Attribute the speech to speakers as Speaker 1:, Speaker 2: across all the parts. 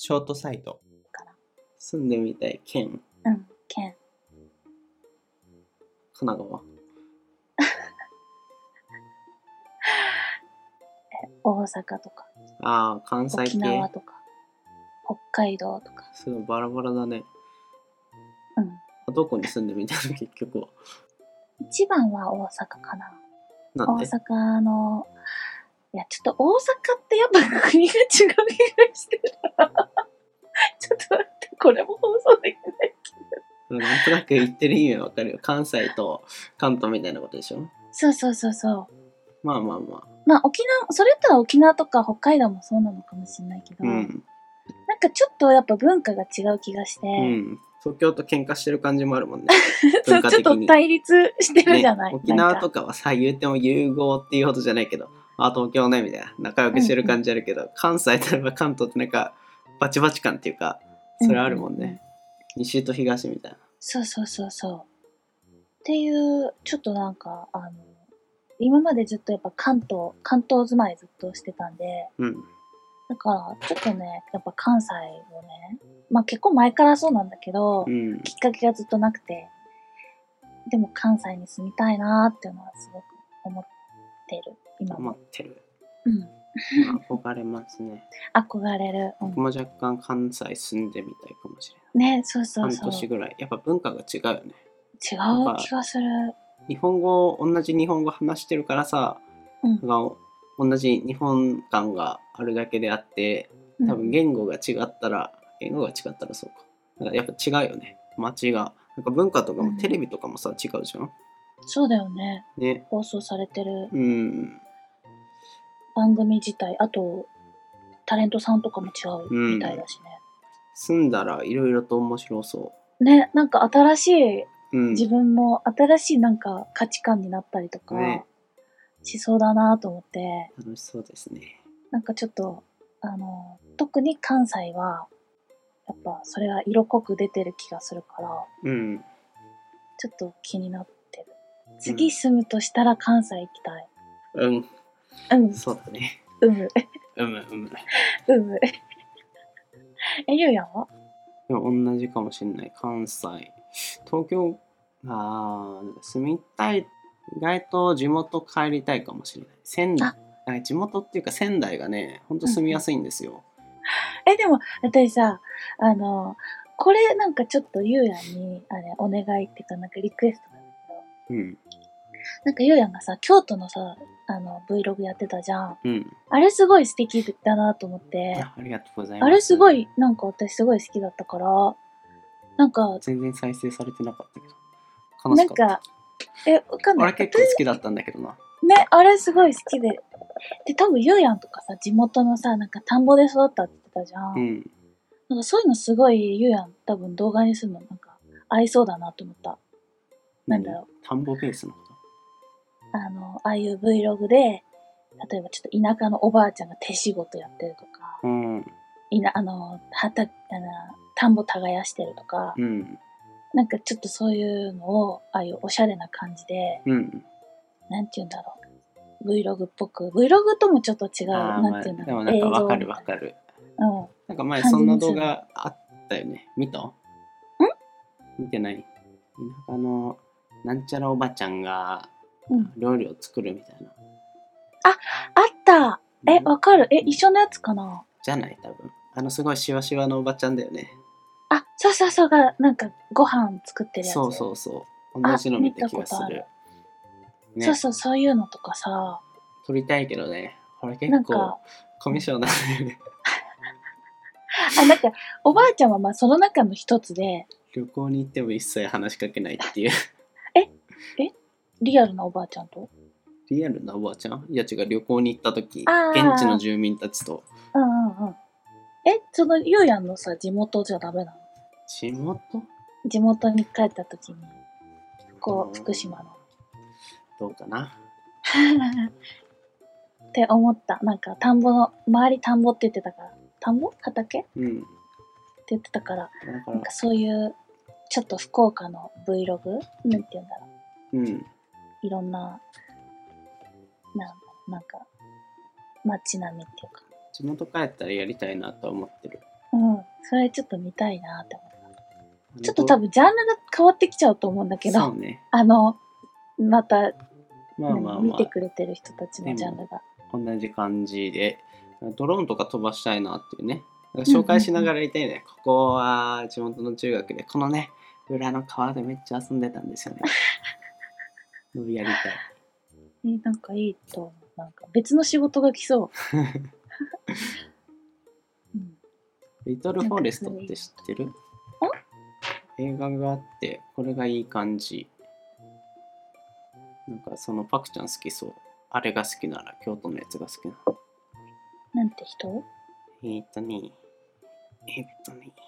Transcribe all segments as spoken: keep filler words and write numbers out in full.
Speaker 1: ショートサイト
Speaker 2: かな。
Speaker 1: 住んでみたい県。
Speaker 2: うん、県。
Speaker 1: 神奈川。
Speaker 2: え、大阪とか。
Speaker 1: ああ、関西系。
Speaker 2: 沖縄とか。北海道とか。
Speaker 1: すごいバラバラだね。
Speaker 2: うん。
Speaker 1: どこに住んでみたいの結局は。
Speaker 2: 一番は大阪かな。
Speaker 1: なんで？
Speaker 2: 大阪の、いや、ちょっと大阪ってやっぱ国が違う気がしてる。ちょっと待って、これも放送できないけど。
Speaker 1: なんとなく言ってる意味はわかるよ。関西と関東みたいなことでしょ？
Speaker 2: そうそうそうそう。
Speaker 1: まあまあまあ。
Speaker 2: まあ沖縄、それ言ったら沖縄とか北海道もそうなのかもしれないけど、
Speaker 1: うん。
Speaker 2: なんかちょっとやっぱ文化が違う気がして、
Speaker 1: うん。東京と喧嘩してる感じもあるもんね。
Speaker 2: そう、
Speaker 1: 文化的に
Speaker 2: ちょっと対立してるじゃない、
Speaker 1: ね、沖縄と
Speaker 2: か
Speaker 1: かはさ、言うても融合っていうほどじゃないけど、あ、東京ねみたいな仲良くしてる感じあるけど、うんうん、関西とか関東ってなんかバチバチ感っていうか、それあるもんね。うんうんうん、西と東みたいな。
Speaker 2: そうそうそうそう。っていうちょっとなんかあの今までずっとやっぱ関東関東住まいずっとしてたんで、
Speaker 1: うん、
Speaker 2: だからちょっとねやっぱ関西をね、まあ結構前からそうなんだけど、うん、きっかけがずっとなくて、でも関西に住みたいなーっていうのはすごく思ってる今も。
Speaker 1: 思ってる。
Speaker 2: うん。
Speaker 1: 憧れますね。
Speaker 2: 憧れる。
Speaker 1: うん、僕も若干関西住んでみたいかもしれない。
Speaker 2: ね、そうそうそう。
Speaker 1: 半年ぐらい。やっぱ文化が違うよね。
Speaker 2: 違う気がする。
Speaker 1: 日本語、同じ日本語話してるからさ、うん、同じ日本感があるだけであって、多分言語が違ったら、うん、言語が違ったらそうか。だからやっぱ違うよね。街が。なんか文化とかも、うん、テレビとかもさ、違うじゃん。
Speaker 2: そうだよね。
Speaker 1: ね。
Speaker 2: 放送されてる。
Speaker 1: うん。
Speaker 2: 番組自体、あと、タレントさんとかも違うみたいだしね。うん、
Speaker 1: 住んだらいろいろと面白そう。
Speaker 2: ね、なんか新しい、うん、自分も新しいなんか価値観になったりとか、ね、しそうだなと思って。
Speaker 1: 楽しそうですね。
Speaker 2: なんかちょっと、あの、特に関西は、やっぱそれが色濃く出てる気がするから、
Speaker 1: うん、
Speaker 2: ちょっと気になってる。次住むとしたら関西行きたい。
Speaker 1: うん。
Speaker 2: うん。
Speaker 1: そうだね。
Speaker 2: うむ。
Speaker 1: うむうむ。
Speaker 2: うむ。え、ゆうやんは？
Speaker 1: でも同じかもしれない。関西。東京、ああ、住みたい。意外と地元帰りたいかもしれない。仙台、地元っていうか仙台がね、ほんと住みやすいんですよ。
Speaker 2: うん、え、でも、私さ、あの、これなんかちょっとゆうやんに、あれ、お願いっていうか、なんかリクエストなんだけど、うん。なんかゆうやんがさ、京都のさ、あの、Vlog やってたじゃん。うん。あれすごい素敵だなと思って。
Speaker 1: あ、ありがとうございます。
Speaker 2: あれすごい、なんか私すごい好きだったから、なんか。
Speaker 1: 全然再生されてなかったけど。悲しかった。
Speaker 2: なんか、え、わかんない。
Speaker 1: あれ結構好きだったんだけどな。
Speaker 2: ね、あれすごい好きで。で、多分ゆうやんとかさ、地元のさ、なんか田んぼで育ったって言ってたじゃん。うん。なんかそういうのすごいゆうやん多分動画にするのなんか合いそうだなと思った。なんだろう。
Speaker 1: 田んぼベースのこと？
Speaker 2: あの、ああいう Vlog で、例えばちょっと田舎のおばあちゃんが手仕事やってるとか、うん。いな、あの、畑、あの、田んぼ耕してるとか、うん。なんかちょっとそういうのを、ああいうおしゃれな感じで、うん。なんて言うんだろう。Vlog っぽく。Vlog ともちょっと違う。なんて言うんだろう。
Speaker 1: まあ、でもなんかわかるわかる。うん。なんか前そんな動画あったよね。見た？ん？見てない。田舎のなんちゃらおばちゃんが料理を作るみたいな。うん、
Speaker 2: あ、あった。え、わかる。え、一緒のやつかな？
Speaker 1: じゃない多分。あのすごいシワシワのおばちゃんだよね。
Speaker 2: あ、そうそうそうが、なんかご飯作ってるやつ。
Speaker 1: そうそうそう。同じの見た気がする。
Speaker 2: ね、そうそう、そういうのとかさ。
Speaker 1: 撮りたいけどね。これ結構コミュ障なんだよね。
Speaker 2: あ、なんかおばあちゃんはまあその中の一つで。
Speaker 1: 旅行に行っても一切話しかけないっていう。
Speaker 2: ええリアルなおばあちゃんと？
Speaker 1: リアルなおばあちゃん？いや違う、旅行に行った時、現地の住民たちと。
Speaker 2: うんうんうん。え、そのゆうやんのさ、地元じゃダメなの？
Speaker 1: 地元？
Speaker 2: 地元に帰った時に、こう、福島の。
Speaker 1: どうかな
Speaker 2: って思った。なんか田んぼの、周り田んぼって言ってたから。田んぼ？畑？うん。って言ってたから、なんかそういう、ちょっと福岡の Vlog？ なんて言うんだろう。うん。いろんな、なんなんか、街並みっていうか。
Speaker 1: 地元帰ったらやりたいなと思ってる。
Speaker 2: うん。 それちょっと見たいなって思った。ちょっと多分ジャンルが変わってきちゃうと思うんだけど、そうね、あの、また、まあまあまあ、見てくれてる人たちのジャンルが。
Speaker 1: 同じ感じで、ドローンとか飛ばしたいなっていうね。紹介しながらやりたいね。ここは地元の中学で、このね、裏の川でめっちゃ遊んでたんですよね。やりたい。
Speaker 2: えー、なんかいいと思う。なんか別の仕事が来そう。
Speaker 1: うん、リトルフォレストって知ってる？映画があって、これがいい感じ。なんかそのパクちゃん好きそう。あれが好きなら京都のやつが好きなの。
Speaker 2: なんて人？
Speaker 1: えーっとね。えーっとね。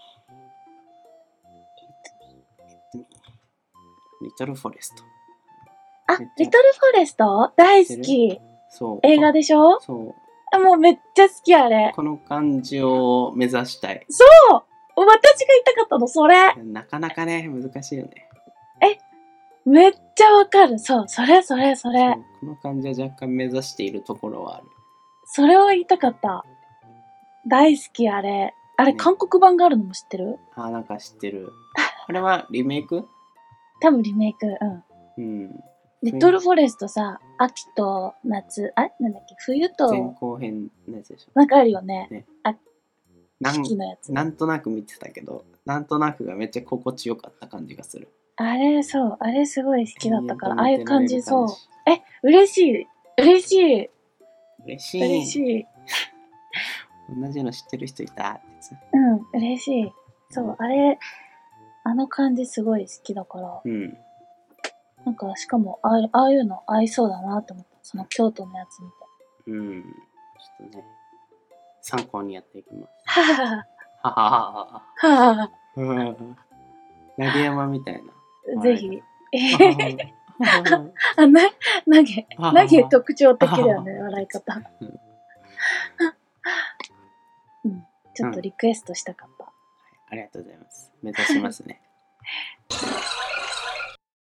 Speaker 1: リトルフォレスト。
Speaker 2: あ、リトルフォレスト大好き。そう。映画でしょ？そう。あ、もうめっちゃ好きあれ。
Speaker 1: この感じを目指したい。
Speaker 2: そう！私が言いたかったの、それ。
Speaker 1: なかなかね、難しいよね。
Speaker 2: え、めっちゃわかる。そう、それそれそれ。
Speaker 1: この感じは若干目指しているところはある。
Speaker 2: それを言いたかった。大好きあれ。あれ、ね、韓国版があるのも知ってる？
Speaker 1: あ、なんか知ってる。あれはリメイク？
Speaker 2: 多分リメイク、うん。うん。リトルフォレストさ、秋と夏、あ、なんだっけ、冬と。
Speaker 1: 前後編のやつでしょ。
Speaker 2: なんかあるよね。ね、あ、
Speaker 1: 四季のやつ。なんとなく見てたけど、なんとなくがめっちゃ心地よかった感じがする。
Speaker 2: あれ、そう、あれすごい好きだったから、ああいう感じ、そう。え、嬉しい。嬉しい。
Speaker 1: 嬉しい。
Speaker 2: 嬉しい。
Speaker 1: 同じの知ってる人いたってやつ。
Speaker 2: うん、嬉しい。そう、あれ、あの感じすごい好きだから。うん。なんか、しかもああ、ああいうの合いそうだなって思った。その京都のやつ見て。
Speaker 1: うん。ちょっとね、参考にやっていきます。はははは。はははは。投げ山みたい
Speaker 2: な。ぜひ。あ、な、投げ、投げ特徴的だよね、笑い方。うん。ちょっとリクエストしたかった。
Speaker 1: ありがとうございます。目指しますね。